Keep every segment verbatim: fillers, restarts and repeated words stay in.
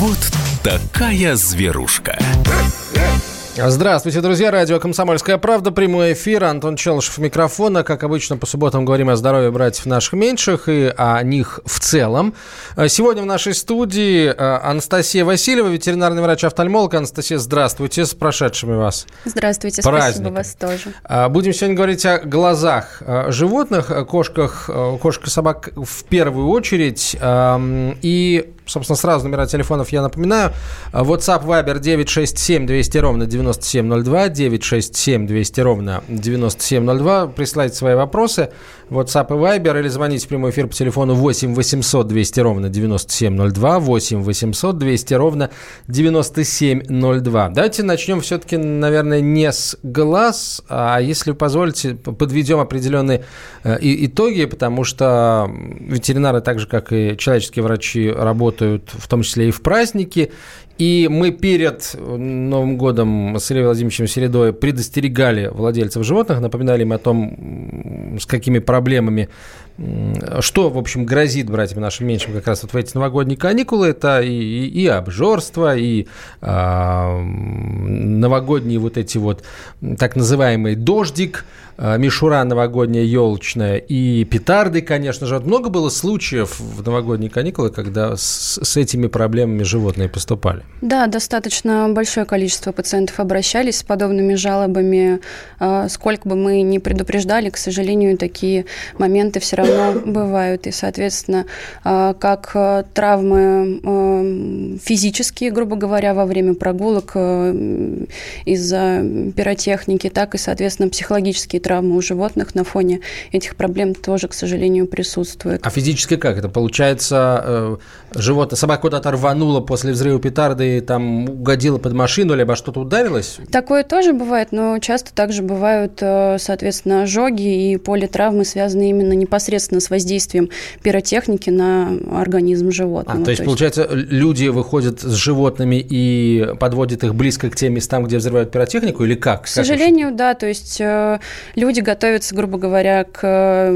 Вот такая зверушка. Здравствуйте, друзья. Радио «Комсомольская правда». Прямой эфир. Антон Челышев, микрофона. Как обычно, по субботам говорим о здоровье братьев наших меньших и о них в целом. Сегодня в нашей студии Анастасия Васильева, ветеринарный врач-офтальмолог. Анастасия, здравствуйте. С прошедшими вас. Здравствуйте. Праздником. Спасибо, вас тоже. Будем сегодня говорить о глазах животных, кошках, кошек и собак в первую очередь. И... Собственно, сразу номера телефонов я напоминаю. WhatsApp, Viber девять шесть семь двести ровно девяносто семь ноль два, девять шесть семь двести ровно девяносто семь ноль два. Присылайте свои вопросы в WhatsApp и Viber или звоните в прямой эфир по телефону восемь восемьсот двести ровно девяносто семь ноль два, восемь восемьсот двести ровно девяносто семь ноль два. Давайте начнем все-таки, наверное, не с глаз, а, если вы позволите, подведем определенные э, итоги, потому что ветеринары, так же, как и человеческие врачи, работают в том числе и в праздники. И мы перед Новым годом с Ильей Владимировичем Середой предостерегали владельцев животных, напоминали им о том, с какими проблемами, что, в общем, грозит братьям нашим меньшим как раз вот в эти новогодние каникулы. Это и, и, и обжорство, и а, новогодние вот эти вот так называемый дождик, мишура новогодняя, елочная, и петарды, конечно же. Вот много было случаев в новогодние каникулы, когда с, с этими проблемами животные поступали. Да, достаточно большое количество пациентов обращались с подобными жалобами. Сколько бы мы ни предупреждали, к сожалению, такие моменты все равно бывают. И, соответственно, как травмы физические, грубо говоря, во время прогулок из-за пиротехники, так и, соответственно, психологические травмы у животных на фоне этих проблем тоже, к сожалению, присутствуют. А физически как это? Получается, животное, собака куда-то рванула после взрыва петарды и там угодила под машину, либо что-то ударилось? Такое тоже бывает, но часто также бывают, соответственно, ожоги и политравмы, связанные именно непосредственно с воздействием пиротехники на организм животного. А, то есть, то есть, получается, люди выходят с животными и подводят их близко к тем местам, где взрывают пиротехнику, или как? К сожалению, как да, то есть люди готовятся, грубо говоря, к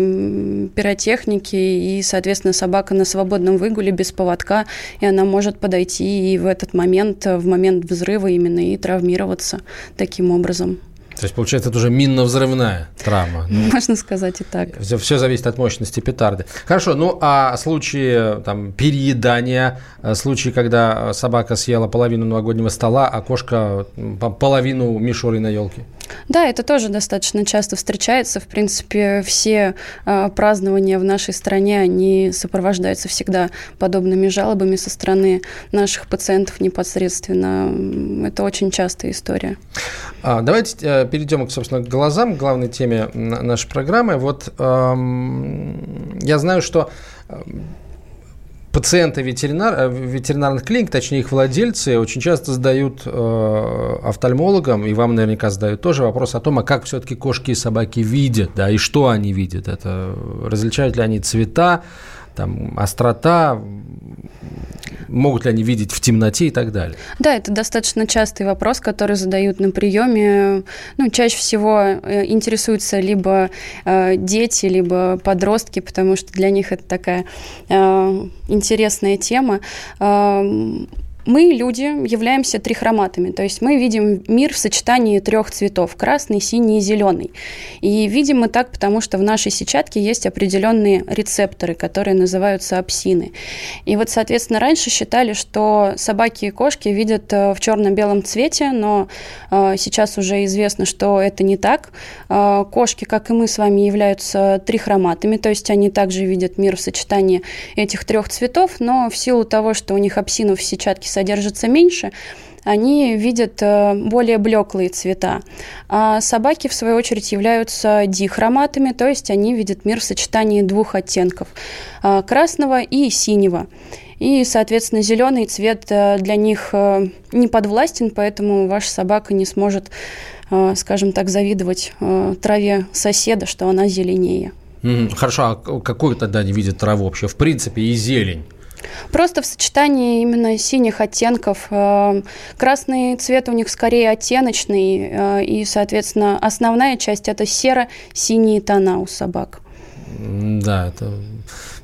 пиротехнике, и, соответственно, собака на свободном выгуле без поводка, и она может подойти и в этот момент, в момент взрыва именно, и травмироваться таким образом. То есть, получается, это уже минно-взрывная травма. Ну, можно сказать и так. Все, все зависит от мощности петарды. Хорошо, ну а случаи там, переедания, случаи, когда собака съела половину новогоднего стола, а кошка половину мишуры на елке? Да, это тоже достаточно часто встречается. В принципе, все э, празднования в нашей стране, они сопровождаются всегда подобными жалобами со стороны наших пациентов непосредственно. Это очень частая история. А, давайте э, перейдем, собственно, к глазам, к главной теме нашей программы. Вот эм, я знаю, что пациенты ветеринар, ветеринарных клиник, точнее их владельцы, очень часто задают э, офтальмологам, и вам наверняка задают тоже вопрос о том, а как все-таки кошки и собаки видят, да, и что они видят. Это различают ли они цвета, там, острота, могут ли они видеть в темноте и так далее? Да, это достаточно частый вопрос, который задают на приеме. Ну, чаще всего интересуются либо э, дети, либо подростки, потому что для них это такая э, интересная тема. Э, Мы, люди, являемся трихроматами, то есть мы видим мир в сочетании трех цветов – красный, синий и зеленый. И видим мы так, потому что в нашей сетчатке есть определенные рецепторы, которые называются апсины. И вот, соответственно, раньше считали, что собаки и кошки видят в черно-белом цвете, но э, сейчас уже известно, что это не так. Э, кошки, как и мы с вами, являются трихроматами, то есть они также видят мир в сочетании этих трех цветов, но в силу того, что у них апсинов в сетчатке содержится меньше, они видят более блеклые цвета. А собаки, в свою очередь, являются дихроматами, то есть они видят мир в сочетании двух оттенков – красного и синего. И, соответственно, зеленый цвет для них не подвластен, поэтому ваша собака не сможет, скажем так, завидовать траве соседа, что она зеленее. Хорошо, а какую тогда они видят траву вообще, в принципе, и зелень? Просто в сочетании именно синих оттенков. Красный цвет у них скорее оттеночный, и, соответственно, основная часть – это серо-синие тона у собак. Да, это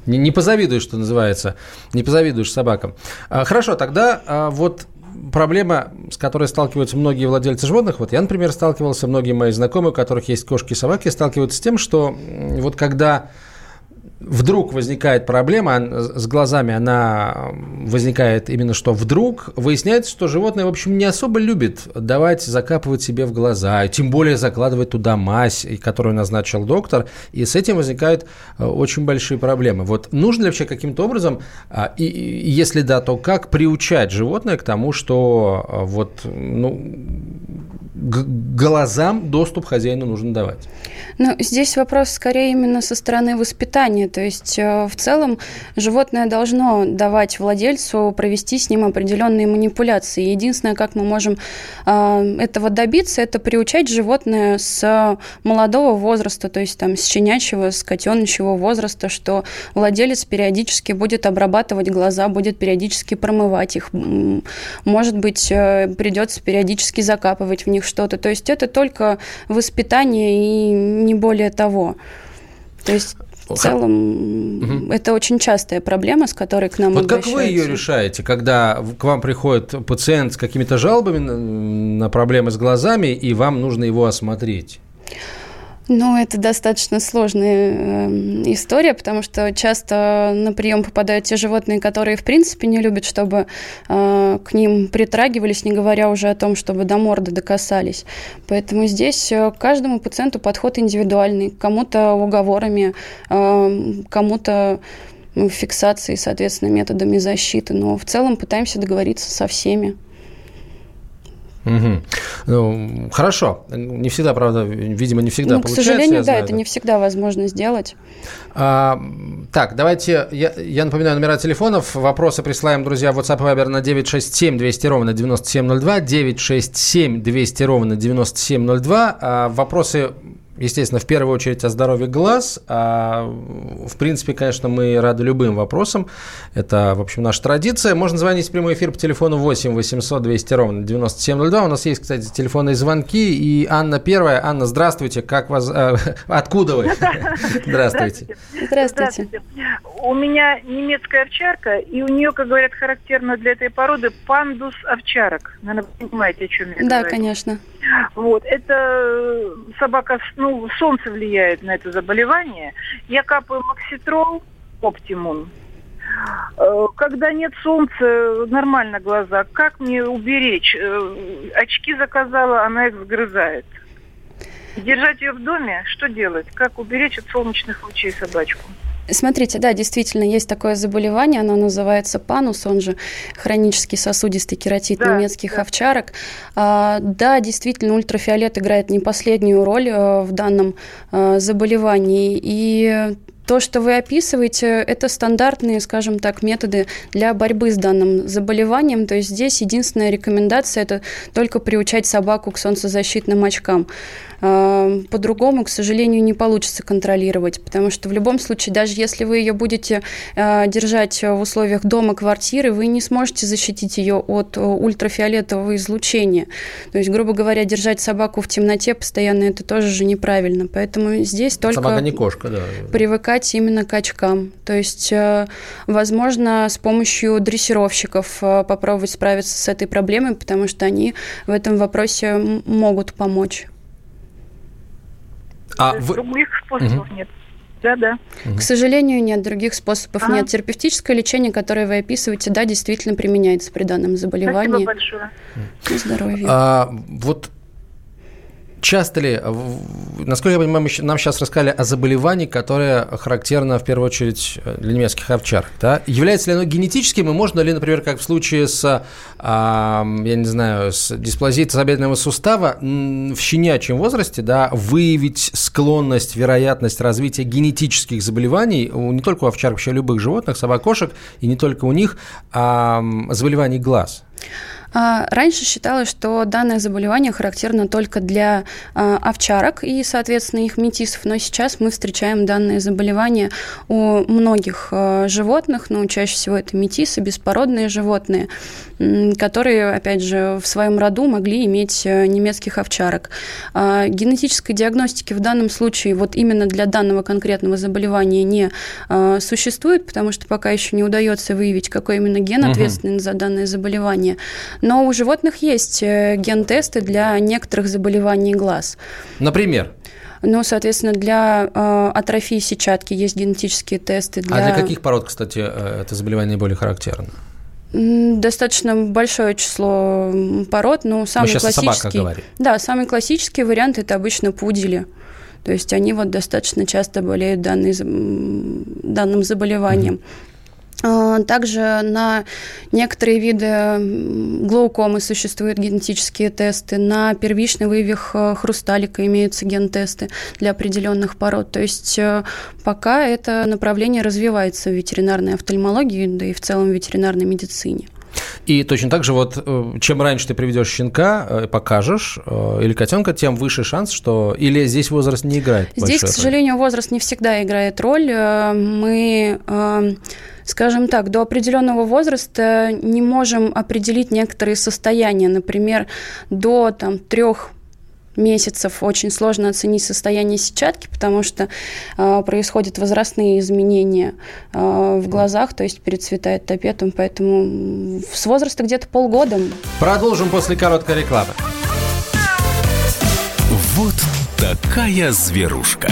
Не, не позавидуешь, что называется, не позавидуешь собакам. А, хорошо, тогда а, вот проблема, с которой сталкиваются многие владельцы животных, вот я, например, сталкивался, многие мои знакомые, у которых есть кошки и собаки, сталкиваются с тем, что вот когда вдруг возникает проблема с глазами, она возникает именно что вдруг, выясняется, что животное, в общем, не особо любит давать закапывать себе в глаза, тем более закладывать туда мазь, которую назначил доктор, и с этим возникают очень большие проблемы. Вот нужно ли вообще каким-то образом, и, и если да, то как приучать животное к тому, что вот, ну, к глазам доступ хозяину нужно давать? Ну, здесь вопрос скорее именно со стороны воспитания. То есть в целом животное должно давать владельцу провести с ним определенные манипуляции. Единственное, как мы можем э, этого добиться, это приучать животное с молодого возраста, то есть там, с щенячьего, с котеночьего возраста, что владелец периодически будет обрабатывать глаза, будет периодически промывать их. Может быть, придется периодически закапывать в них что-то. То есть это только воспитание и не более того. То есть в целом угу. это очень частая проблема, с которой к нам вот обращаются. Вот как вы ее решаете, когда к вам приходит пациент с какими-то жалобами на проблемы с глазами, и вам нужно его осмотреть? Ну, это достаточно сложная э, история, потому что часто на прием попадают те животные, которые, в принципе, не любят, чтобы э, к ним притрагивались, не говоря уже о том, чтобы до морды докасались. Поэтому здесь к каждому пациенту подход индивидуальный. Кому-то уговорами, э, кому-то фиксацией, соответственно, методами защиты. Но в целом пытаемся договориться со всеми. Угу. Ну, хорошо. Не всегда, правда, видимо, не всегда ну, получается. К сожалению, да, это не всегда возможно сделать. А, так, давайте, я, я напоминаю номера телефонов. Вопросы присылаем, друзья, в WhatsApp и Viber на девять шесть семь двести ровно девяносто семь ноль два, девять шесть семь двести ровно девяносто семь ноль два. А, вопросы, естественно, в первую очередь о здоровье глаз. А, в принципе, конечно, мы рады любым вопросам. Это, в общем, наша традиция. Можно звонить в прямой эфир по телефону восемь восемьсот двести ровно девяносто семь ноль два. У нас есть, кстати, телефонные звонки. И Анна первая. Анна, здравствуйте. Как вас... Э, откуда вы? Здравствуйте. Здравствуйте. У меня немецкая овчарка, и у нее, как говорят, характерно для этой породы пандус овчарок. Наверное, вы понимаете, о чем я говорю. Да, конечно. Вот, это собака, ну, солнце влияет на это заболевание. Я капаю Макситрол, Оптимум. Когда нет солнца, нормально глаза. Как мне уберечь? Очки заказала, она их сгрызает. Держать ее в доме? Что делать? Как уберечь от солнечных лучей собачку? Смотрите, да, действительно, есть такое заболевание, оно называется панус, он же хронический сосудистый кератит да, немецких да. овчарок. А, да, действительно, ультрафиолет играет не последнюю роль а, в данном а, заболевании, и то, что вы описываете, это стандартные, скажем так, методы для борьбы с данным заболеванием. То есть здесь единственная рекомендация – это только приучать собаку к солнцезащитным очкам. По-другому, к сожалению, не получится контролировать, потому что в любом случае, даже если вы ее будете держать в условиях дома, квартиры, вы не сможете защитить ее от ультрафиолетового излучения. То есть, грубо говоря, держать собаку в темноте постоянно – это тоже же неправильно. Поэтому здесь только собака не кошка, да. привыкать именно к очкам. То есть, возможно, с помощью дрессировщиков попробовать справиться с этой проблемой, потому что они в этом вопросе могут помочь. А вы... Других способов угу. нет. Да, да. К сожалению, нет, других способов ага. нет. Терапевтическое лечение, которое вы описываете, да, действительно применяется при данном заболевании. Спасибо большое. Здоровья. А, вот часто ли, насколько я понимаю, нам сейчас рассказали о заболевании, которое характерно в первую очередь для немецких овчарок. Да? Является ли оно генетическим, и можно ли, например, как в случае с, я не знаю, с дисплазией тазобедренного сустава в щенячьем возрасте, да, выявить склонность, вероятность развития генетических заболеваний у, не только у овчарок, вообще у любых животных, собак, кошек, и не только у них, а заболеваний глаз? Раньше считалось, что данное заболевание характерно только для овчарок и, соответственно, их метисов, но сейчас мы встречаем данное заболевание у многих животных, но чаще всего это метисы, беспородные животные, которые, опять же, в своем роду могли иметь немецких овчарок. Генетической диагностики в данном случае вот именно для данного конкретного заболевания не существует, потому что пока еще не удается выявить, какой именно ген ответственен за данное заболевание. Но у животных есть ген-тесты для некоторых заболеваний глаз. Например? Ну, соответственно, для э, атрофии сетчатки есть генетические тесты. Для... А для каких пород, кстати, это заболевание наиболее характерно? Достаточно большое число пород, но самый Мы сейчас классический... о собаках говорим. Да, самый классический вариант – это обычно пудели. То есть они вот достаточно часто болеют данной, данным заболеванием. Mm-hmm. Также на некоторые виды глаукомы существуют генетические тесты, на первичный вывих хрусталика имеются ген-тесты для определенных пород. То есть пока это направление развивается в ветеринарной офтальмологии, да и в целом в ветеринарной медицине. И точно так же, вот чем раньше ты приведешь щенка, покажешь, или котенка, тем выше шанс, что... Или здесь возраст не играет большой роль? Здесь, к сожалению, возраст не всегда играет роль. Мы... Скажем так, до определенного возраста не можем определить некоторые состояния. Например, до там, трех месяцев очень сложно оценить состояние сетчатки, потому что э, происходят возрастные изменения э, в глазах, то есть перецветает топетом, поэтому с возраста где-то полгода. Продолжим после короткой рекламы. Вот такая зверушка.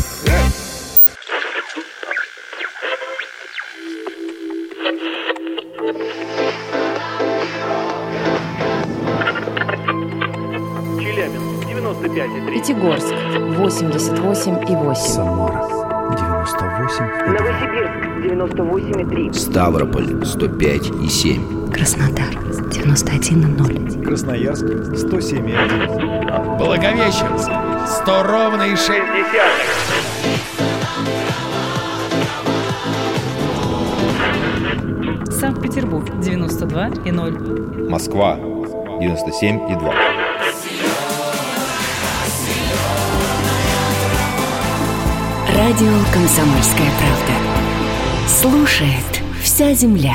Пятигорск восемьдесят восемь и восемь. Самара девяносто восемь. Новосибирск девяносто восемь и три. Ставрополь сто пять и семь. Краснодар девяносто один и ноль. Красноярск сто семь и один. Благовещенск сто ровно и шесть десятых. Санкт-Петербург девяносто два и ноль. Москва девяносто семь и два. Радио «Комсомольская правда». Слушает вся земля.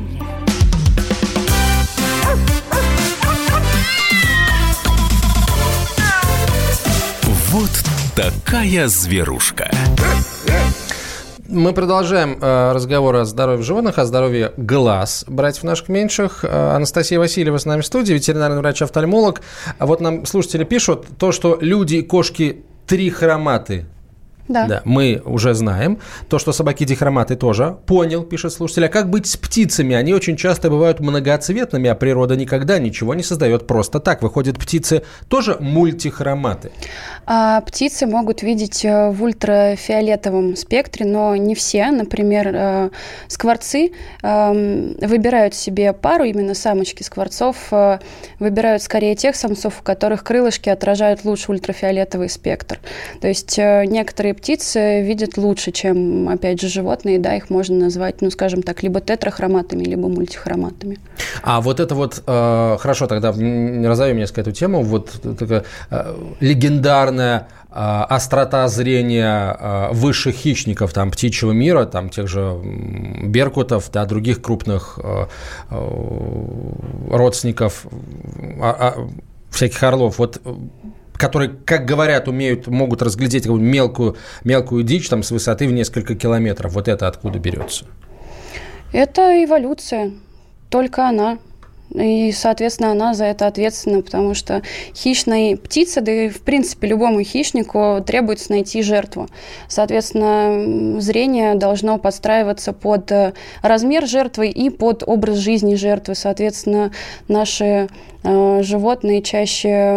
Вот такая зверушка. Мы продолжаем э, разговор о здоровье животных, о здоровье глаз братьев наших меньших. Э, Анастасия Васильева с нами в студии, ветеринарный врач-офтальмолог. А вот нам слушатели пишут, то, что люди и кошки трихроматы. Да. Да, мы уже знаем. То, что собаки дихроматы, тоже понял, пишет слушатель. А как быть с птицами? Они очень часто бывают многоцветными, а природа никогда ничего не создает просто так. Выходят, птицы тоже мультихроматы. А птицы могут видеть в ультрафиолетовом спектре, но не все. Например, скворцы выбирают себе пару, именно самочки скворцов выбирают скорее тех самцов, у которых крылышки отражают лучше ультрафиолетовый спектр. То есть некоторые птицы видят лучше, чем, опять же, животные, да, их можно назвать, ну, скажем так, либо тетрахроматами, либо мультихроматами. А вот это вот, э, хорошо, тогда разовьем несколько эту тему, вот такая э, легендарная э, острота зрения э, высших хищников, там, птичьего мира, там, тех же беркутов, да, других крупных э, э, родственников э, э, всяких орлов, вот, которые, как говорят, умеют, могут разглядеть мелкую, мелкую дичь там, с высоты в несколько километров. Вот это откуда берется? Это эволюция, только она. И, соответственно, она за это ответственна, потому что хищной птице, да и, в принципе, любому хищнику требуется найти жертву. Соответственно, зрение должно подстраиваться под размер жертвы и под образ жизни жертвы. Соответственно, наши э, животные чаще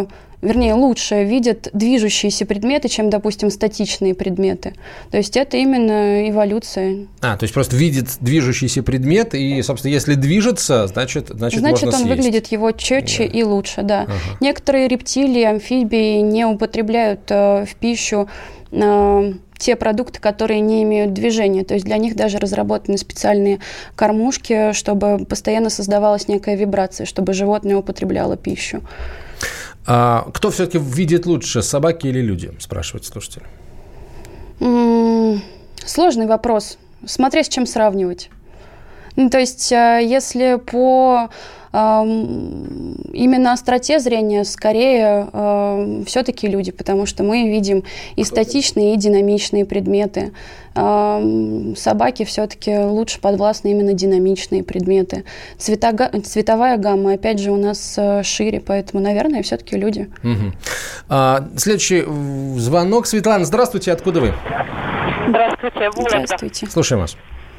вернее, лучше видят движущиеся предметы, чем, допустим, статичные предметы. То есть это именно эволюция. А, то есть просто видит движущийся предмет, и, собственно, если движется, значит, значит, значит можно он съесть. Выглядит его четче, да, и лучше, да. Ага. Некоторые рептилии, амфибии не употребляют э, в пищу э, те продукты, которые не имеют движения. То есть для них даже разработаны специальные кормушки, чтобы постоянно создавалась некая вибрация, чтобы животное употребляло пищу. А кто все-таки видит лучше, собаки или люди, спрашивает слушатель? М-м, сложный вопрос. Смотря с чем сравнивать. Ну, то есть, если по э, именно остроте зрения, скорее э, все-таки люди, потому что мы видим и статичные, и динамичные предметы. Э, собаки все-таки лучше подвластны именно динамичные предметы. Цвета, цветовая гамма, опять же, у нас шире, поэтому, наверное, все-таки люди. Угу. А, следующий звонок. Светлана, здравствуйте, откуда вы? Здравствуйте, Вологда. Здравствуйте. Слушаем вас.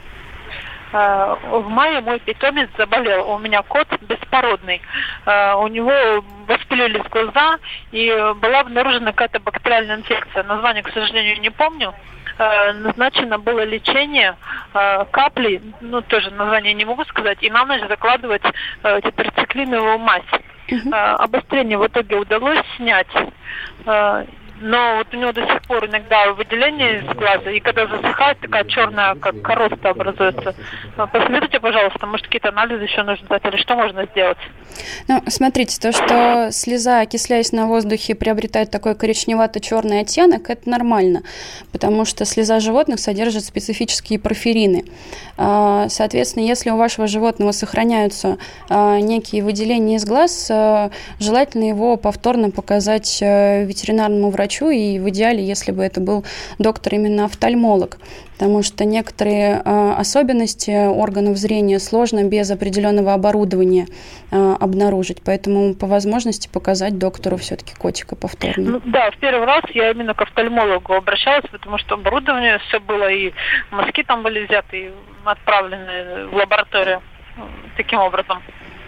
В мае мой питомец заболел. У меня кот беспородный. У него воспалились глаза и была обнаружена какая-то бактериальная инфекция. Название, к сожалению, не помню. Назначено было лечение капли, ну тоже название не могу сказать, и на ночь закладывать тетрациклиновую мазь. Uh-huh. Обострение в итоге удалось снять. Но вот у него до сих пор иногда выделение из глаза, и когда засыхает, такая черная, как короста образуется. Посоветуйте, пожалуйста, может, какие-то анализы еще нужно дать, или что можно сделать? Ну, смотрите, то, что слеза, окисляясь на воздухе, приобретает такой коричневато-черный оттенок, это нормально, потому что слеза животных содержит специфические порфирины. Соответственно, если у вашего животного сохраняются некие выделения из глаз, желательно его повторно показать ветеринарному врачу, и в идеале, если бы это был доктор именно офтальмолог, потому что некоторые э, особенности органов зрения сложно без определенного оборудования э, обнаружить, поэтому по возможности показать доктору все-таки котика повторно. Ну, да, в первый раз я именно к офтальмологу обращалась, потому что оборудование все было, и мазки там были взяты, и отправлены в лабораторию таким образом.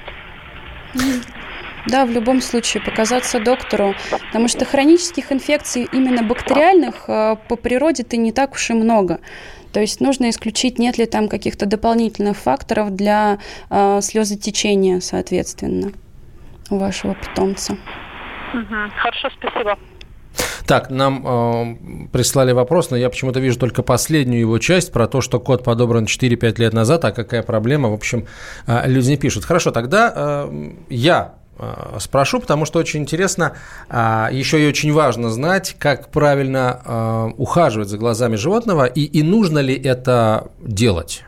Да, в любом случае показаться доктору, потому что хронических инфекций именно бактериальных по природе-то не так уж и много. То есть нужно исключить, нет ли там каких-то дополнительных факторов для э, слезотечения, соответственно, у вашего питомца. Угу. Хорошо, спасибо. Так, нам э, прислали вопрос, но я почему-то вижу только последнюю его часть про то, что код подобран четыре-пять лет назад, а какая проблема, в общем, э, люди не пишут. Хорошо, тогда э, я спрошу, потому что очень интересно, еще и очень важно знать, как правильно ухаживать за глазами животного и, и нужно ли это делать.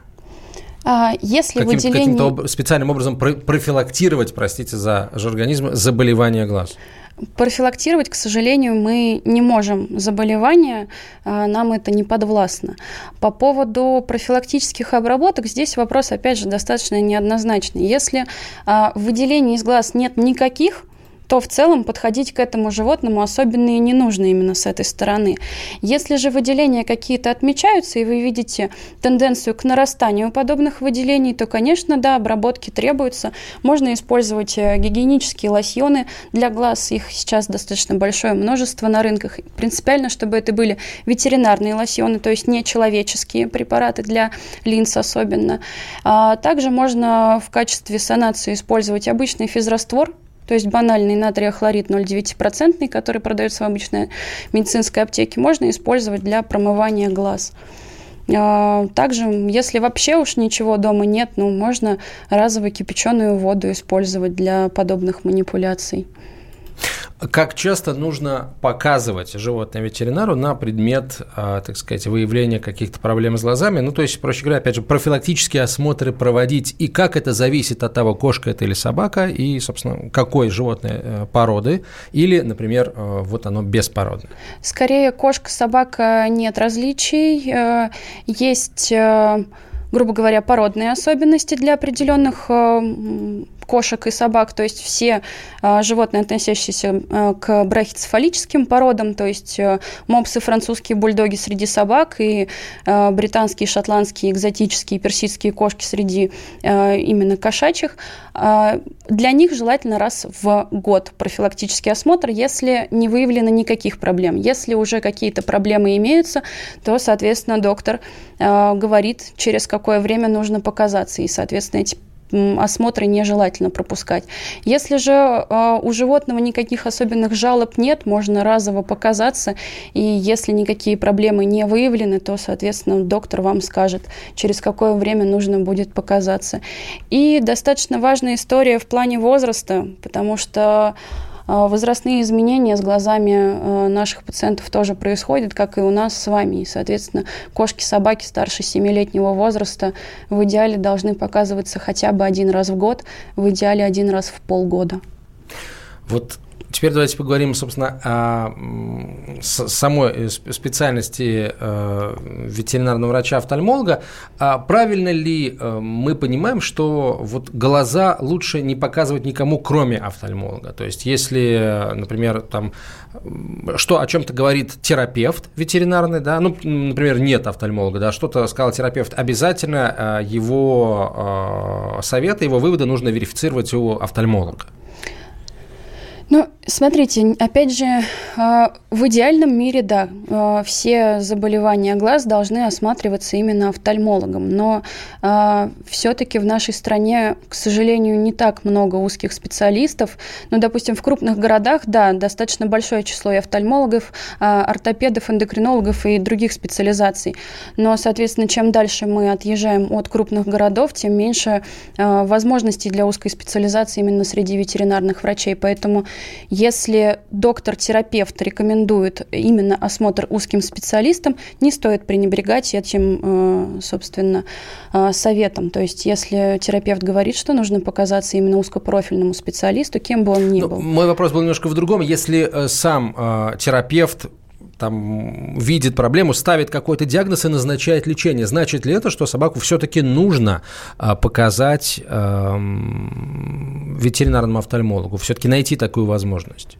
Если Каким, выделение... Каким-то специальным образом профилактировать, простите за жаргонизм, заболевания глаз. Профилактировать, к сожалению, мы не можем заболевания, нам это не подвластно. По поводу профилактических обработок, здесь вопрос, опять же, достаточно неоднозначный. Если выделений из глаз нет никаких, то в целом подходить к этому животному особенно и не нужно именно с этой стороны. Если же выделения какие-то отмечаются, и вы видите тенденцию к нарастанию подобных выделений, то, конечно, да, обработки требуются. Можно использовать гигиенические лосьоны для глаз, их сейчас достаточно большое множество на рынках. Принципиально, чтобы это были ветеринарные лосьоны, то есть не человеческие препараты для линз особенно. А также можно в качестве санации использовать обычный физраствор, то есть банальный натрий хлорид ноль целых девять десятых процента, который продается в обычной медицинской аптеке, можно использовать для промывания глаз. Также, если вообще уж ничего дома нет, ну, можно разово кипяченую воду использовать для подобных манипуляций. Как часто нужно показывать животное ветеринару на предмет, так сказать, выявления каких-то проблем с глазами? Ну, то есть, проще говоря, опять же, профилактические осмотры проводить, и как это зависит от того, кошка это или собака, и, собственно, какой животное породы, или, например, вот оно беспородное? Скорее, кошка, собака, нет различий. Есть, грубо говоря, породные особенности для определенных кошек и собак, то есть все животные, относящиеся к брахицефалическим породам, то есть мопсы, французские бульдоги среди собак и британские, шотландские, экзотические, персидские кошки среди именно кошачьих, для них желательно раз в год профилактический осмотр, если не выявлено никаких проблем. Если уже какие-то проблемы имеются, то, соответственно, доктор говорит, через какое время нужно показаться, и, соответственно, эти осмотры нежелательно пропускать. Если же э, у животного никаких особенных жалоб нет, можно разово показаться, и если никакие проблемы не выявлены, то, соответственно, доктор вам скажет, через какое время нужно будет показаться. И достаточно важная история в плане возраста, потому что возрастные изменения с глазами наших пациентов тоже происходят, как и у нас с вами. И, соответственно, кошки, собаки старше семилетнего возраста в идеале должны показываться хотя бы один раз в год, в идеале один раз в полгода. Вот теперь давайте поговорим, собственно, о самой специальности ветеринарного врача-офтальмолога. Правильно ли мы понимаем, что вот глаза лучше не показывать никому, кроме офтальмолога? То есть, если, например, там, что о чем-то говорит терапевт ветеринарный, да, ну, например, нет офтальмолога, да, что-то сказал терапевт, обязательно его советы, его выводы нужно верифицировать у офтальмолога. Ну, смотрите, опять же, в идеальном мире, да, все заболевания глаз должны осматриваться именно офтальмологом, но все-таки в нашей стране, к сожалению, не так много узких специалистов. Ну, допустим, в крупных городах, да, достаточно большое число и офтальмологов, ортопедов, эндокринологов и других специализаций. Но, соответственно, чем дальше мы отъезжаем от крупных городов, тем меньше возможностей для узкой специализации именно среди ветеринарных врачей. Поэтому если доктор-терапевт рекомендует именно осмотр узким специалистам, не стоит пренебрегать этим, собственно, советом. То есть, если терапевт говорит, что нужно показаться именно узкопрофильному специалисту, кем бы он ни был. Мой вопрос был немножко в другом. Если сам терапевт там видит проблему, ставит какой-то диагноз и назначает лечение, значит ли это, что собаку все-таки нужно показать э, ветеринарному офтальмологу, все-таки найти такую возможность?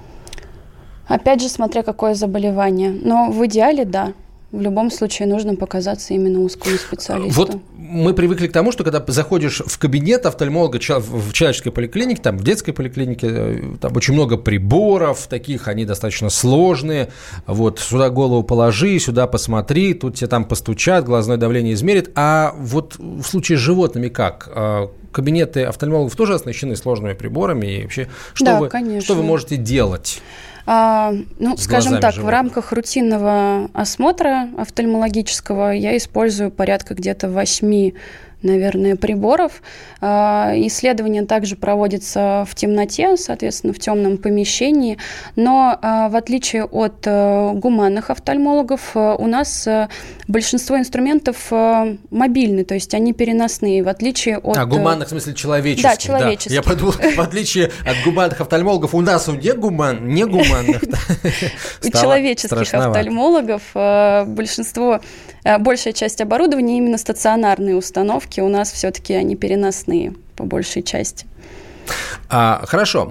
Опять же, смотря какое заболевание. Но в идеале, да. В любом случае нужно показаться именно узкому специалисту. Вот мы привыкли к тому, что когда заходишь в кабинет офтальмолога в человеческой поликлинике, там в детской поликлинике, там очень много приборов таких, они достаточно сложные. Вот сюда голову положи, сюда посмотри, тут тебе там постучат, глазное давление измерят. А вот в случае с животными как? Кабинеты офтальмологов тоже оснащены сложными приборами? И вообще, что, да, вы, что вы можете делать? А, ну, скажем так, животных. В рамках рутинного осмотра офтальмологического я использую порядка где-то восьми, наверное, приборов. Исследование также проводится в темноте, соответственно, в темном помещении, но в отличие от гуманных офтальмологов, у нас большинство инструментов мобильны, то есть они переносные, в отличие от... А, гуманных, в смысле, человеческих. Да, человеческих. Да. Я подумал, в отличие от гуманных офтальмологов, у нас у не гуман, не гуманных. У человеческих офтальмологов большинство, большая часть оборудования именно стационарные установки, у нас все-таки они переносные по большей части. А, хорошо.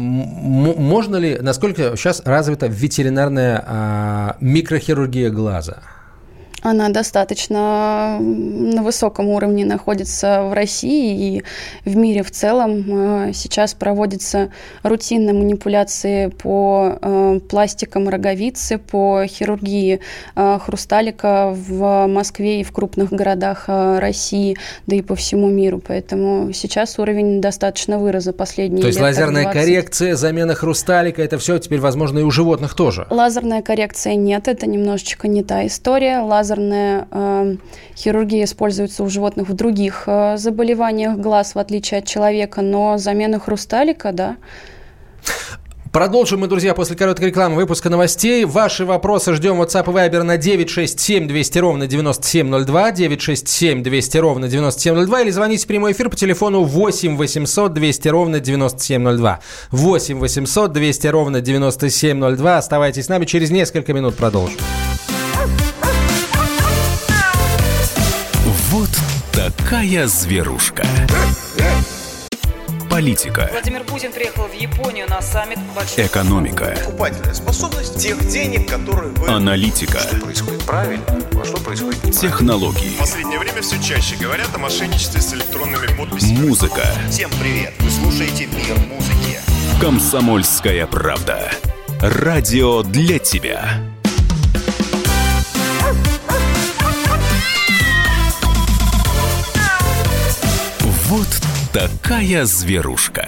М- можно ли, насколько сейчас развита ветеринарная а, микрохирургия глаза? Она достаточно на высоком уровне находится в России и в мире в целом. Сейчас проводятся рутинные манипуляции по пластикам роговицы, по хирургии хрусталика в Москве и в крупных городах России, да и по всему миру. Поэтому сейчас уровень достаточно вырос за последние лет. То есть лазерная коррекция, замена хрусталика, это все теперь возможно и у животных тоже? Лазерная коррекция нет, это немножечко не та история. Лазер Лазерная э, хирургия используется у животных в других э, заболеваниях глаз, в отличие от человека, но замена хрусталика, да. Продолжим мы, друзья, после короткой рекламы выпуска новостей. Ваши вопросы ждем WhatsApp и Viber на девять шесть семь двести ровно девяносто семь ноль два, девять шесть семь двести ровно девяносто семь ноль два, или звоните в прямой эфир по телефону восемь восемьсот двести ровно девяносто семь ноль два. восемь восемьсот двести ровно девяносто семь ноль два. Оставайтесь с нами, через несколько минут продолжим. Вот такая зверушка. Политика. Владимир Путин приехал в Японию на саммит большой... Экономика. Покупательная способность тех денег, которые вы... Аналитика. Что происходит правильно, а что происходит неправильно. Технологии. В последнее время все чаще говорят о мошенничестве с электронными подписями. Музыка. Всем привет! Вы слушаете «Мир музыки». Комсомольская правда. Радио для тебя. Вот такая зверушка.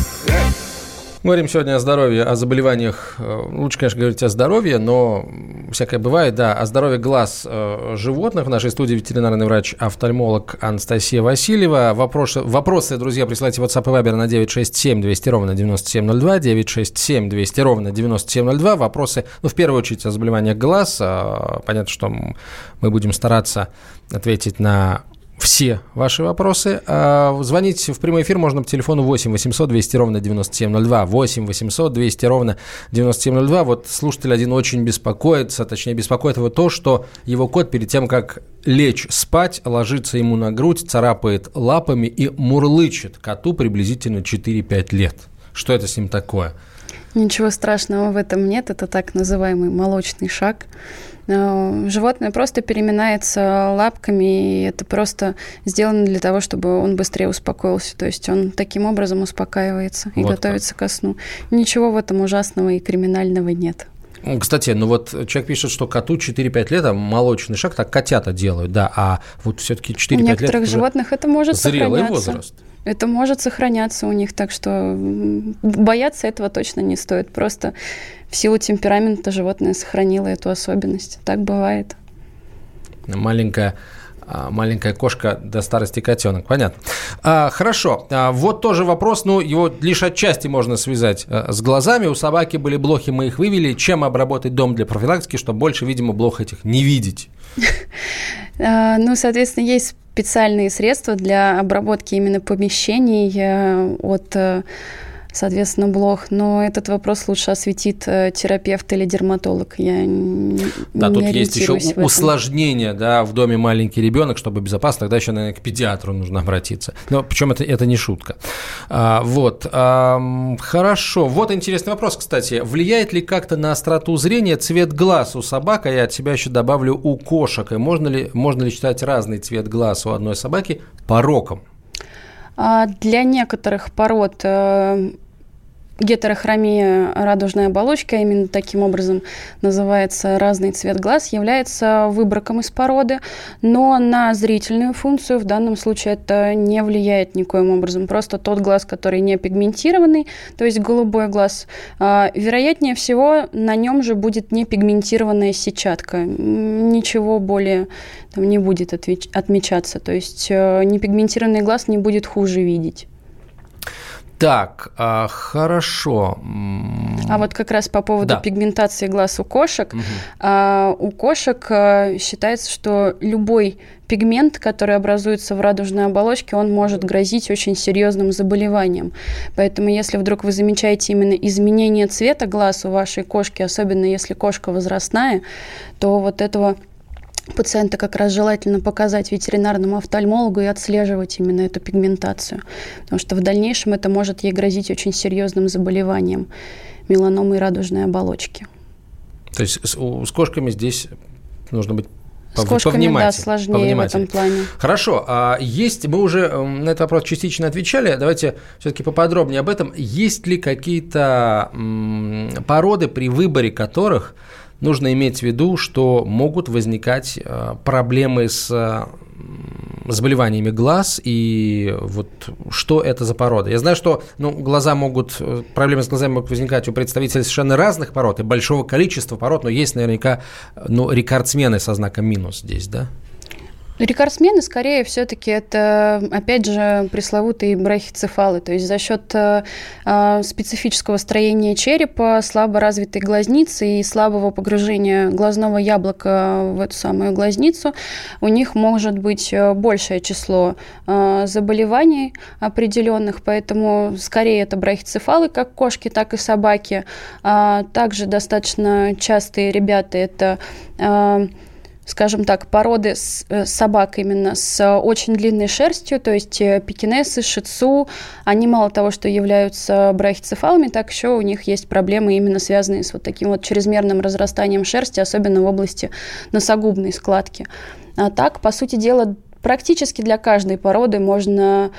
Говорим сегодня о здоровье, о заболеваниях. Лучше, конечно, говорить о здоровье, но всякое бывает, да. О здоровье глаз животных. В нашей студии ветеринарный врач-офтальмолог Анастасия Васильева. Вопросы, вопросы, друзья, присылайте в WhatsApp и Viber на девять шесть семь двести ровно девяносто семь ноль два, девять шесть семь двести ровно девяносто семь ноль два. Вопросы, ну, в первую очередь, о заболеваниях глаз. Понятно, что мы будем стараться ответить на все ваши вопросы. Звонить в прямой эфир можно по телефону восемь восемьсот двести ровно девяносто семь ноль два. восемь восемьсот двести ровно девяносто семь ноль два. Вот слушатель один очень беспокоится, точнее, беспокоит его то, что его кот перед тем, как лечь спать, ложится ему на грудь, царапает лапами и мурлычет. Коту приблизительно четыре-пять лет. Что это с ним такое? Ничего страшного в этом нет. Это так называемый молочный шаг. Животное просто переминается лапками, и это просто сделано для того, чтобы он быстрее успокоился. То есть он таким образом успокаивается и вот готовится как. ко сну. Ничего в этом ужасного и криминального нет. Кстати, ну вот человек пишет, что коту четыре-пять лет, а молочный шаг, так котята делают, да, а вот все-таки четыре-пять лет... У некоторых животных это может зрелый сохраняться. Возраст. Это может сохраняться у них, так что бояться этого точно не стоит. Просто в силу темперамента животное сохранило эту особенность. Так бывает. Маленькая, маленькая кошка до старости котенок. Понятно. А, хорошо. А, вот тоже вопрос, ну, его лишь отчасти можно связать а, с глазами. У собаки были блохи, мы их вывели. Чем обработать дом для профилактики, чтобы больше, видимо, блох этих не видеть? Ну, соответственно, есть специальные средства для обработки именно помещений от, соответственно, блох. Но этот вопрос лучше осветит терапевт или дерматолог. Я не Да, тут есть еще в усложнение, да, в доме маленький ребенок, чтобы безопасно, тогда еще, наверное, к педиатру нужно обратиться. Но причем это, это не шутка. А, вот. А, хорошо. Вот интересный вопрос, кстати. Влияет ли как-то на остроту зрения цвет глаз у собак? А я от себя еще добавлю у кошек. И можно ли, можно ли считать разный цвет глаз у одной собаки пороком? Для некоторых пород гетерохромия радужной оболочки, а именно таким образом называется разный цвет глаз, является выбраком из породы, но на зрительную функцию в данном случае это не влияет никоим образом. Просто тот глаз, который не пигментированный, то есть голубой глаз, вероятнее всего на нем же будет не пигментированная сетчатка. Ничего более там не будет отмечаться. То есть непигментированный глаз не будет хуже видеть. Так, а, хорошо. А вот как раз по поводу да. пигментации глаз у кошек. Угу. А, у кошек а, считается, что любой пигмент, который образуется в радужной оболочке, он может грозить очень серьезным заболеванием. Поэтому если вдруг вы замечаете именно изменение цвета глаз у вашей кошки, особенно если кошка возрастная, то вот этого пациента как раз желательно показать ветеринарному офтальмологу и отслеживать именно эту пигментацию, потому что в дальнейшем это может ей грозить очень серьезным заболеванием меланомой радужной оболочки. То есть с, с кошками здесь нужно быть С кошками, да, сложнее в этом плане. Хорошо. А есть, мы уже на этот вопрос частично отвечали, давайте все-таки поподробнее об этом. Есть ли какие-то м, породы, при выборе которых нужно иметь в виду, что могут возникать э, проблемы с э, заболеваниями глаз, и вот что это за порода? Я знаю, что ну, глаза могут, проблемы с глазами могут возникать у представителей совершенно разных пород и большого количества пород, но есть наверняка ну, рекордсмены со знаком минус здесь, да? Рекордсмены, скорее, все-таки это, опять же, пресловутые брахицефалы, то есть за счет э, специфического строения черепа, слабо развитой глазницы и слабого погружения глазного яблока в эту самую глазницу, у них может быть большее число э, заболеваний определенных, поэтому скорее это брахицефалы, как кошки, так и собаки. А также достаточно частые ребята это э, скажем так, породы с, собак именно с очень длинной шерстью, то есть пекинесы, шицу, они мало того, что являются брахицефалами, так еще у них есть проблемы именно связанные с вот таким вот чрезмерным разрастанием шерсти, особенно в области носогубной складки. А так, по сути дела, практически для каждой породы можно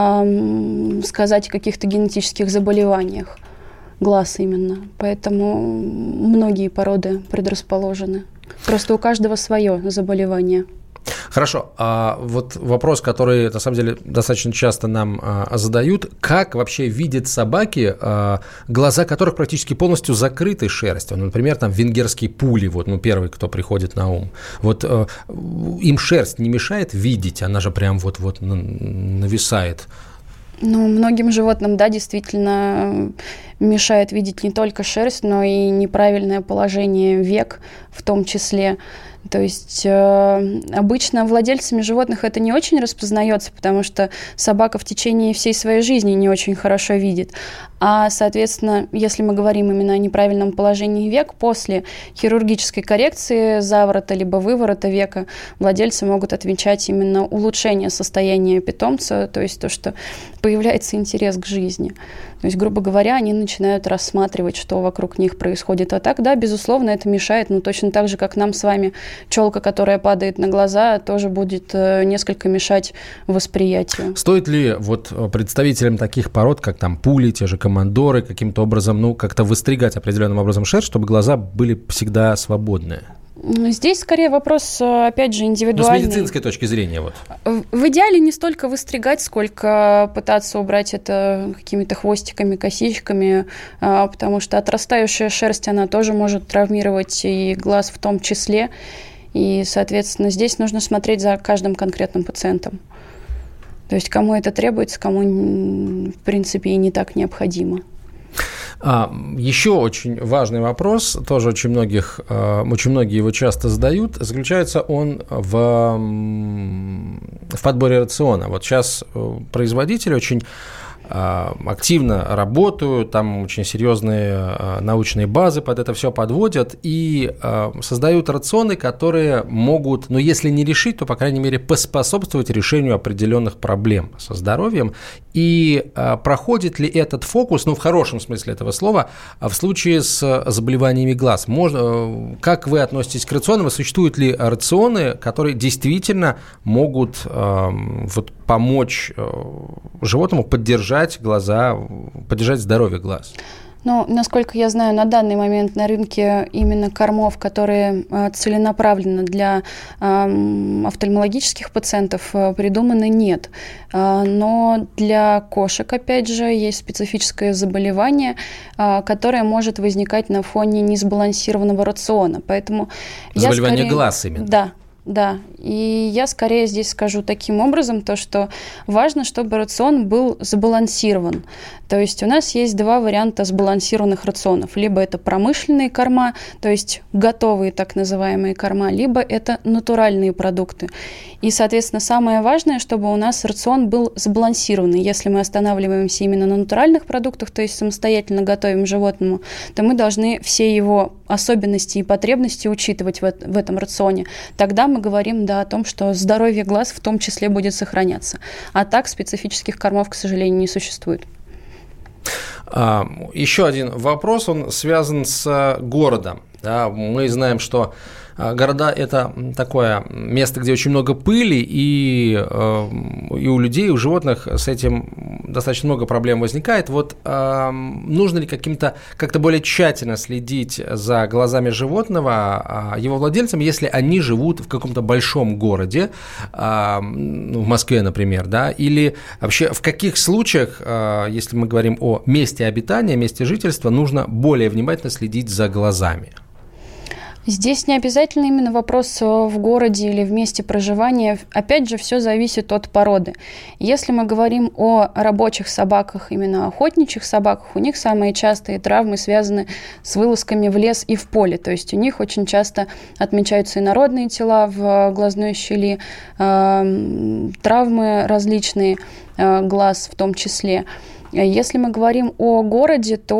эм, сказать о каких-то генетических заболеваниях глаз именно. Поэтому многие породы предрасположены. Просто у каждого свое заболевание. Хорошо. А вот вопрос, который, на самом деле, достаточно часто нам а, задают. Как вообще видят собаки, а, глаза которых практически полностью закрыты шерстью? Ну, например, там венгерские пули, вот, ну, первый, кто приходит на ум. Вот а, им шерсть не мешает видеть? Она же прям вот-вот нависает. Ну, многим животным, да, действительно мешает видеть не только шерсть, но и неправильное положение век в том числе. То есть э, обычно владельцами животных это не очень распознается, потому что собака в течение всей своей жизни не очень хорошо видит. А, соответственно, если мы говорим именно о неправильном положении век, после хирургической коррекции заворота либо выворота века владельцы могут отмечать именно улучшение состояния питомца, то есть то, что появляется интерес к жизни. То есть, грубо говоря, они начинают рассматривать, что вокруг них происходит. А так, да, безусловно, это мешает, но точно так же, как нам с вами челка, которая падает на глаза, тоже будет несколько мешать восприятию. Стоит ли вот представителям таких пород, как там пули, те же командоры, каким-то образом, ну, как-то выстригать определенным образом шерсть, чтобы глаза были всегда свободные? Здесь скорее вопрос, опять же, индивидуальный. Ну, с медицинской точки зрения. Вот. В идеале не столько выстригать, сколько пытаться убрать это какими-то хвостиками, косичками, потому что отрастающая шерсть, она тоже может травмировать и глаз в том числе. И, соответственно, здесь нужно смотреть за каждым конкретным пациентом. То есть кому это требуется, кому, в принципе, и не так необходимо. А, еще очень важный вопрос, тоже очень, многих, очень многие его часто задают, заключается он в, в подборе рациона. Вот сейчас производители очень активно работают, там очень серьезные научные базы под это все подводят и создают рационы, которые могут, ну, если не решить, то, по крайней мере, поспособствовать решению определенных проблем со здоровьем. И проходит ли этот фокус, ну, в хорошем смысле этого слова, в случае с заболеваниями глаз? Можно, как вы относитесь к рационам? Существуют ли рационы, которые действительно могут вот, помочь животному поддержать глаза, поддержать здоровье глаз? Ну, насколько я знаю, на данный момент на рынке именно кормов, которые э, целенаправленно для э, офтальмологических пациентов э, придуманы, нет. Э, но для кошек, опять же, есть специфическое заболевание, э, которое может возникать на фоне несбалансированного рациона. Поэтому заболевание я скорее... глаз именно? Да. Да, и я скорее здесь скажу таким образом, то, что важно, чтобы рацион был сбалансирован. То есть у нас есть два варианта сбалансированных рационов. Либо это промышленные корма, то есть готовые так называемые корма, либо это натуральные продукты. И, соответственно, самое важное, чтобы у нас рацион был сбалансированный. Если мы останавливаемся именно на натуральных продуктах, то есть самостоятельно готовим животному, то мы должны все его особенности и потребности учитывать в, в этом рационе. Тогда мы говорим, да, о том, что здоровье глаз в том числе будет сохраняться. А так специфических кормов, к сожалению, не существует. А, еще один вопрос, он связан с городом. Да, мы знаем, что города – это такое место, где очень много пыли, и, и у людей, и у животных с этим достаточно много проблем возникает. Вот нужно ли каким-то, как-то более тщательно следить за глазами животного, его владельцам, если они живут в каком-то большом городе, ну, в Москве, например, да, или вообще в каких случаях, если мы говорим о месте обитания, месте жительства, нужно более внимательно следить за глазами? Здесь не обязательно именно вопрос в городе или в месте проживания. Опять же, все зависит от породы. Если мы говорим о рабочих собаках, именно охотничьих собаках, у них самые частые травмы связаны с вылазками в лес и в поле. То есть у них очень часто отмечаются инородные тела в глазной щели, э, травмы различные, э, глаз в том числе. Если мы говорим о городе, то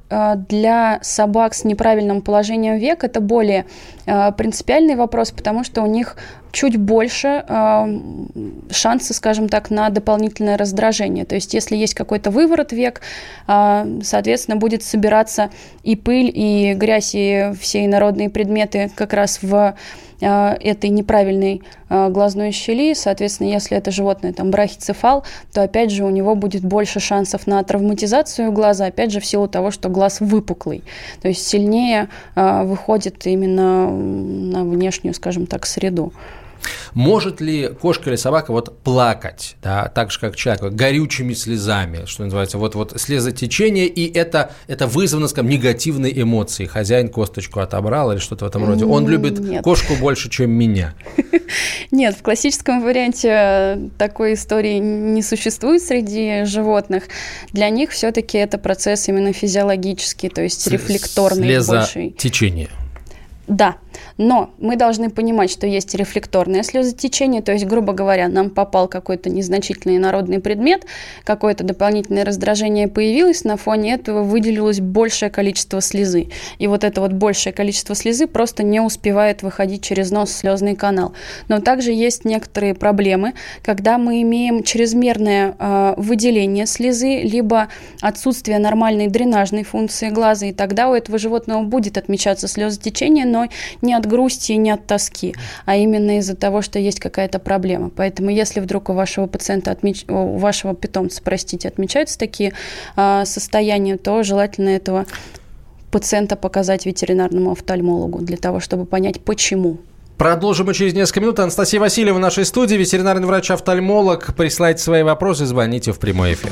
для собак с неправильным положением век это более принципиальный вопрос, потому что у них чуть больше э, шансы, скажем так, на дополнительное раздражение. То есть, если есть какой-то выворот век, э, соответственно, будет собираться и пыль, и грязь, и все инородные предметы как раз в э, этой неправильной э, глазной щели. Соответственно, если это животное там брахицефал, то, опять же, у него будет больше шансов на травматизацию глаза, опять же, в силу того, что глаз выпуклый. То есть, сильнее э, выходит именно на внешнюю, скажем так, среду. Может ли кошка или собака вот плакать, да, так же, как человек, горючими слезами, что называется, вот, вот слезотечение, и это, это вызвано, скажем, негативной эмоцией. Хозяин косточку отобрал или что-то в этом роде. Он любит Нет. кошку больше, чем меня. Нет, в классическом варианте такой истории не существует среди животных. Для них все-таки это процесс именно физиологический, то есть рефлекторный. Слезотечение. Да, но мы должны понимать, что есть рефлекторное слезотечение, то есть, грубо говоря, нам попал какой-то незначительный инородный предмет, какое-то дополнительное раздражение появилось, на фоне этого выделилось большее количество слезы. И вот это вот большее количество слезы просто не успевает выходить через нос в слезный канал. Но также есть некоторые проблемы, когда мы имеем чрезмерное э, выделение слезы, либо отсутствие нормальной дренажной функции глаза, и тогда у этого животного будет отмечаться слезотечение, но не от грусти и не от тоски, а именно из-за того, что есть какая-то проблема. Поэтому если вдруг у вашего пациента, отмеч... у вашего питомца, простите, отмечаются такие а, состояния, то желательно этого пациента показать ветеринарному офтальмологу для того, чтобы понять, почему. Продолжим мы через несколько минут. Анастасия Васильева в нашей студии, ветеринарный врач-офтальмолог. Присылайте свои вопросы, звоните в прямой эфир.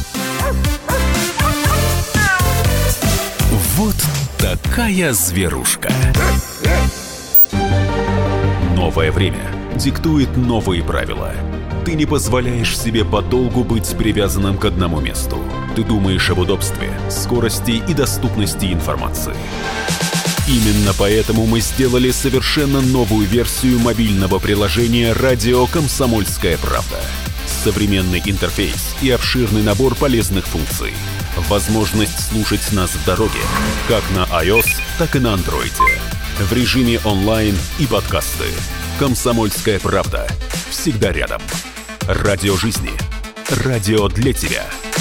Вот такая зверушка. Новое время диктует новые правила. Ты не позволяешь себе подолгу быть привязанным к одному месту. Ты думаешь об удобстве, скорости и доступности информации. Именно поэтому мы сделали совершенно новую версию мобильного приложения «Радио Комсомольская правда». Современный интерфейс и обширный набор полезных функций. Возможность слушать нас в дороге, как на iOS, так и на Android. В режиме онлайн и подкасты. «Комсомольская правда». Всегда рядом. Радио жизни. Радио для тебя.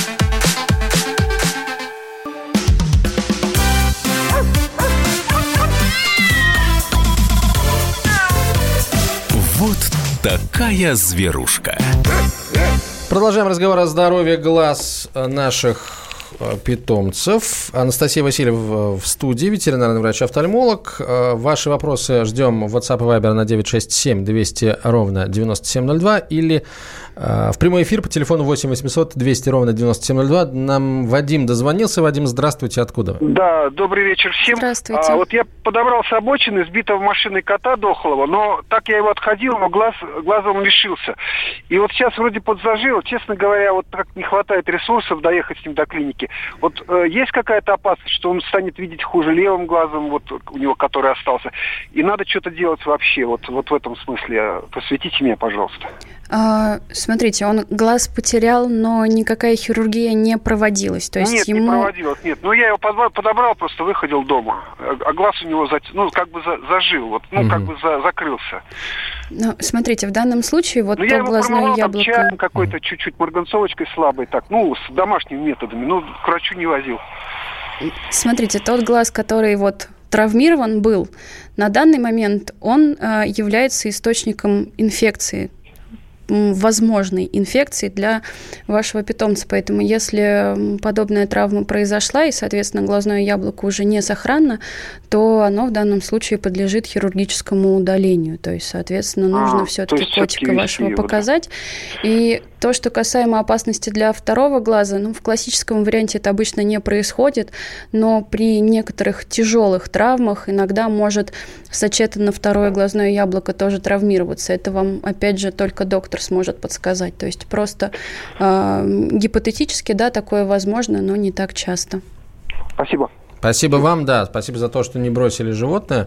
Вот такая зверушка. Продолжаем разговор о здоровье глаз наших питомцев. Анастасия Васильева в студии, ветеринарный врач-офтальмолог. Ваши вопросы ждем в WhatsApp и Viber на девять шесть семь двести ровно девяносто семь ноль два или в прямой эфир по телефону восемь восемьсот двести ровно девяносто семь ноль два. Нам Вадим дозвонился. Вадим, здравствуйте. Откуда? Да, добрый вечер всем. Здравствуйте. А, вот я подобрал с обочины сбитого машиной кота дохлого, но так я его отходил, но глаз, глазом лишился. И вот сейчас вроде подзажил. Честно говоря, вот так не хватает ресурсов доехать с ним до клиники. Вот э, есть какая-то опасность, что он станет видеть хуже левым глазом, вот у него который остался. И надо что-то делать вообще. Вот, вот в этом смысле. Просветите меня, пожалуйста. А, смотрите, он глаз потерял, но никакая хирургия не проводилась. То есть нет, ему... не проводилась, нет. Ну, я его подобрал, просто выходил дома. А глаз у него, зат... ну, как бы за... зажил, вот, ну, угу. как бы за... закрылся. Ну, смотрите, в данном случае вот ну, то глазное яблоко... Там чаем какой-то чуть-чуть марганцовочкой слабой, так, ну, с домашними методами, ну, к врачу не возил. Смотрите, тот глаз, который вот травмирован был, на данный момент он э, является источником инфекции, возможной инфекции для вашего питомца. Поэтому если подобная травма произошла и, соответственно, глазное яблоко уже не сохранно, то оно в данном случае подлежит хирургическому удалению. То есть, соответственно, нужно а, все-таки котика вашего его, показать. Да. И то, что касаемо опасности для второго глаза, ну, в классическом варианте это обычно не происходит, но при некоторых тяжелых травмах иногда может сочетанно второе глазное яблоко тоже травмироваться. Это вам, опять же, только доктор сможет подсказать. То есть просто э, гипотетически, да, такое возможно, но не так часто. Спасибо. Спасибо вам, да, спасибо за то, что не бросили животное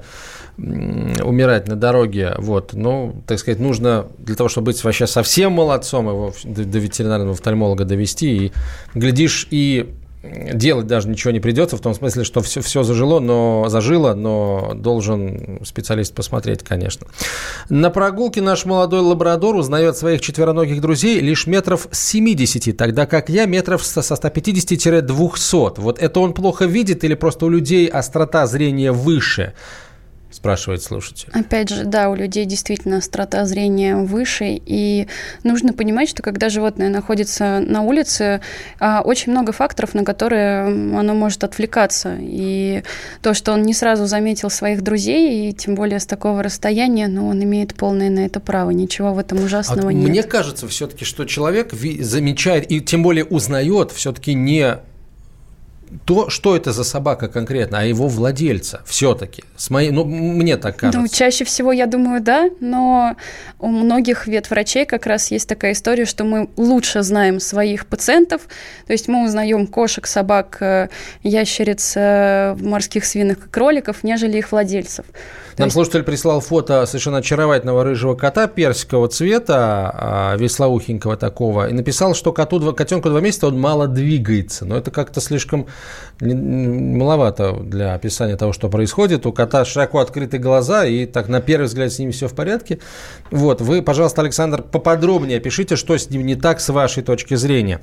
умирать на дороге. Вот. Ну, так сказать, нужно для того, чтобы быть вообще совсем молодцом, его до ветеринарного офтальмолога довести, и, глядишь, и делать даже ничего не придется, в том смысле, что все, все зажило, но зажило, но должен специалист посмотреть, конечно. На прогулке наш молодой лабрадор узнает своих четвероногих друзей лишь метров с семидесяти, тогда как я метров со ста пятидесяти - двухсот. Вот это он плохо видит или просто у людей острота зрения выше? Спрашивает слушатель. Опять же, да, у людей действительно острота зрения выше, и нужно понимать, что когда животное находится на улице, очень много факторов, на которые оно может отвлекаться. И то, что он не сразу заметил своих друзей, и тем более с такого расстояния, ну, он имеет полное на это право. Ничего в этом ужасного а нет. Мне кажется все-таки, что человек замечает и тем более узнает все-таки не то, что это за собака конкретно, а его владельца все-таки. С моей, ну, мне так кажется. Ну, чаще всего, я думаю, да, но у многих ветврачей как раз есть такая история, что мы лучше знаем своих пациентов, то есть мы узнаем кошек, собак, ящериц, морских свинок и кроликов, нежели их владельцев. Нам слушатель прислал фото совершенно очаровательного рыжего кота персикового цвета, веслоухенького такого, и написал, что коту, котенку два месяца, он мало двигается. Но это как-то слишком маловато для описания того, что происходит. У кота широко открыты глаза, и так на первый взгляд с ними все в порядке. Вот, вы, пожалуйста, Александр, поподробнее опишите, что с ним не так с вашей точки зрения.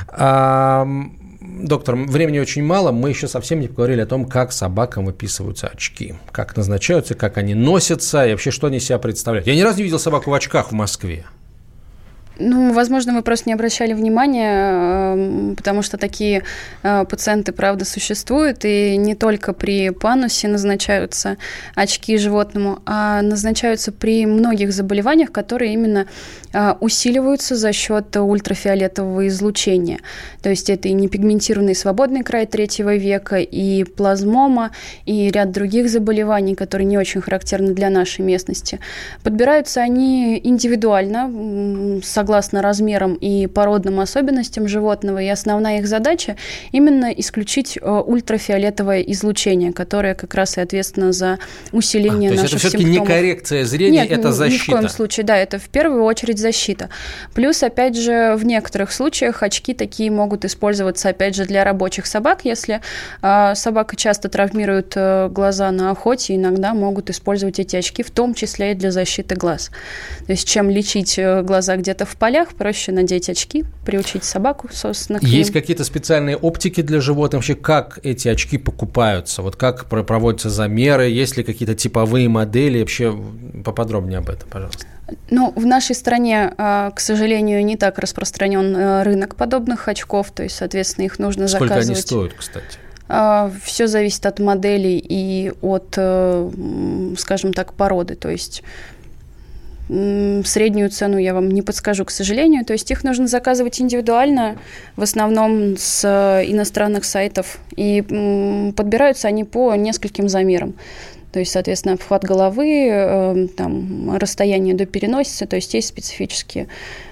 Доктор, времени очень мало, мы еще совсем не поговорили о том, как собакам выписываются очки, как назначаются, как они носятся и вообще, что они себя представляют. Я ни разу не видел собаку в очках в Москве. Ну, возможно, вы просто не обращали внимания, потому что такие пациенты, правда, существуют, и не только при панусе назначаются очки животному, а назначаются при многих заболеваниях, которые именно усиливаются за счет ультрафиолетового излучения. То есть это и непигментированный свободный край третьего века, и плазмома, и ряд других заболеваний, которые не очень характерны для нашей местности. Подбираются они индивидуально, согласно размерам и породным особенностям животного, и основная их задача именно исключить ультрафиолетовое излучение, которое как раз и ответственно за усиление а, наших симптомов. То есть это все-таки не коррекция зрения, Нет, это ни, защита? Ни в коем случае, да, это в первую очередь защита. Плюс, опять же, в некоторых случаях очки такие могут использоваться, опять же, для рабочих собак. Если э, собака часто травмирует э, глаза на охоте, иногда могут использовать эти очки, в том числе и для защиты глаз. То есть чем лечить э, глаза где-то в полях, проще надеть очки, приучить собаку, собственно, к ним. Есть какие-то специальные оптики для животных? Вообще, как эти очки покупаются? Вот как проводятся замеры? Есть ли какие-то типовые модели? Вообще поподробнее об этом, пожалуйста. Ну, в нашей стране, к сожалению, не так распространен рынок подобных очков, то есть, соответственно, их нужно Сколько заказывать. Сколько они стоят, кстати? Все зависит от моделей и от, скажем так, породы, то есть среднюю цену я вам не подскажу, к сожалению. То есть их нужно заказывать индивидуально, в основном с иностранных сайтов, и подбираются они по нескольким замерам. То есть, соответственно, обхват головы, там, расстояние до переносицы, то есть есть специфические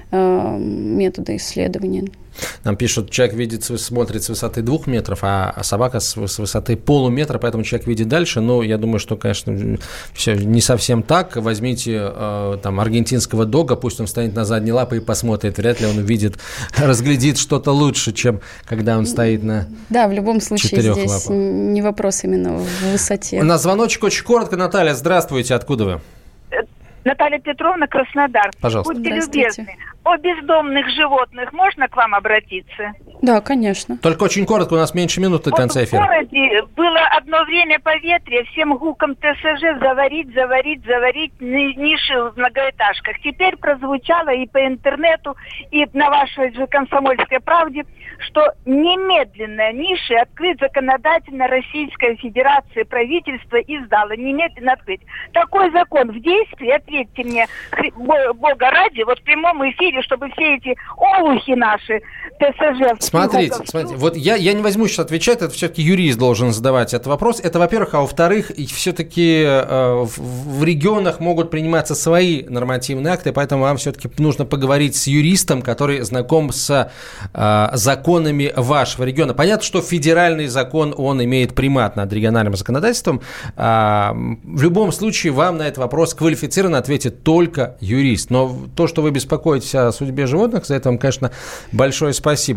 методы исследования. Нам пишут, человек видит, смотрит с высоты двух метров, а собака с высоты полуметра, поэтому человек видит дальше. Но я думаю, что, конечно, все не совсем так. Возьмите там аргентинского дога, пусть он встанет на задние лапы и посмотрит. Вряд ли он увидит, разглядит что-то лучше, чем когда он стоит на Да, в любом случае здесь лапах. Не вопрос именно в высоте. У нас звоночек очень коротко. Наталья, здравствуйте. Откуда вы? Наталья Петровна, Краснодар. Пожалуйста. Будьте любезны. О бездомных животных можно к вам обратиться? Да, конечно. Только очень коротко, у нас меньше минуты до конца эфира. В городе было одно время поветрие, всем гуком ТСЖ заварить, заварить, заварить ниши в многоэтажках. Теперь прозвучало и по интернету, и на вашей же «Комсомольской правде», что немедленно ниши открыть законодательно Российская Федерация, правительство издало, немедленно открыть. Такой закон в действии, ответьте мне, Бога ради, вот в прямом эфире, чтобы все эти олухи наши ТСЖ... Смотрите, смотрите, вот я, я не возьму сейчас отвечать, это все-таки юрист должен задавать этот вопрос. Это, во-первых, а во-вторых, все-таки э, в, в регионах могут приниматься свои нормативные акты, поэтому вам все-таки нужно поговорить с юристом, который знаком с э, законами вашего региона. Понятно, что федеральный закон, он имеет примат над региональным законодательством. Э, в любом случае, вам на этот вопрос квалифицированно ответит только юрист. Но то, что вы беспокоитесь о судьбе животных, за это вам, конечно, большое спасибо.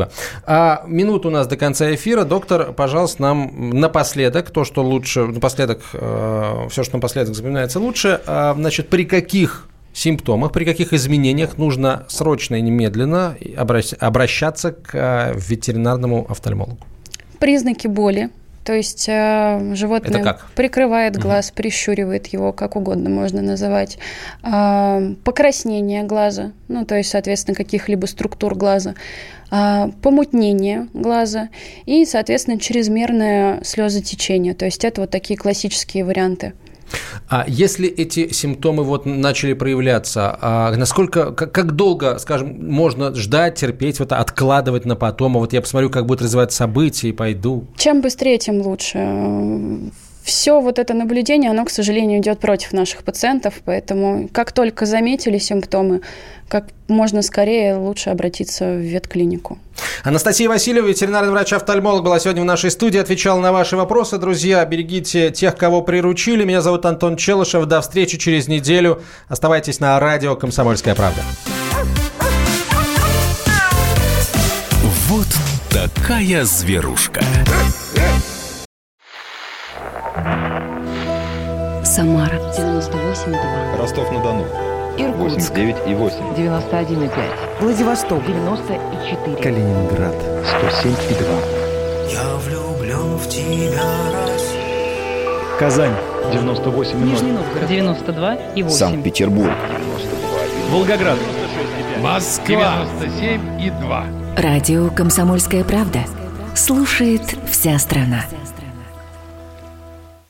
А минуту у нас до конца эфира. Доктор, пожалуйста, нам напоследок, то, что лучше, напоследок, э, все, что напоследок запоминается лучше, э, значит, при каких симптомах, при каких изменениях нужно срочно и немедленно обращаться к ветеринарному офтальмологу? Признаки боли. То есть э, животное прикрывает глаз, угу. прищуривает его, как угодно можно называть. Э, покраснение глаза, ну, то есть, соответственно, каких-либо структур глаза. Э, помутнение глаза и, соответственно, чрезмерное слезотечение. То есть это вот такие классические варианты. А если эти симптомы вот начали проявляться, а насколько, как, как долго, скажем, можно ждать, терпеть, вот, откладывать на потом? А вот я посмотрю, как будут развиваться события, и пойду. Чем быстрее, тем лучше. Все вот это наблюдение, оно, к сожалению, идет против наших пациентов, поэтому как только заметили симптомы, как можно скорее лучше обратиться в ветклинику. Анастасия Васильева, ветеринарный врач-офтальмолог, была сегодня в нашей студии, отвечала на ваши вопросы. Друзья, берегите тех, кого приручили. Меня зовут Антон Челышев. До встречи через неделю. Оставайтесь на радио «Комсомольская правда». Вот такая зверушка. Самара девяносто восемь и два. Ростов-на-Дону Иркутск восемьдесят девять и восемь. девяносто один и пять. Владивосток девяносто и четыре. Калининград сто семь и два. Я влюблен в тебя, Россия. Казань девяносто восемь и ноль. Нижний Новгород девяносто два и восемь. Санкт-Петербург девяносто два и ноль. Волгоград девяносто шесть и пять. Москва девяносто семь и два. Радио «Комсомольская правда». Слушает вся страна.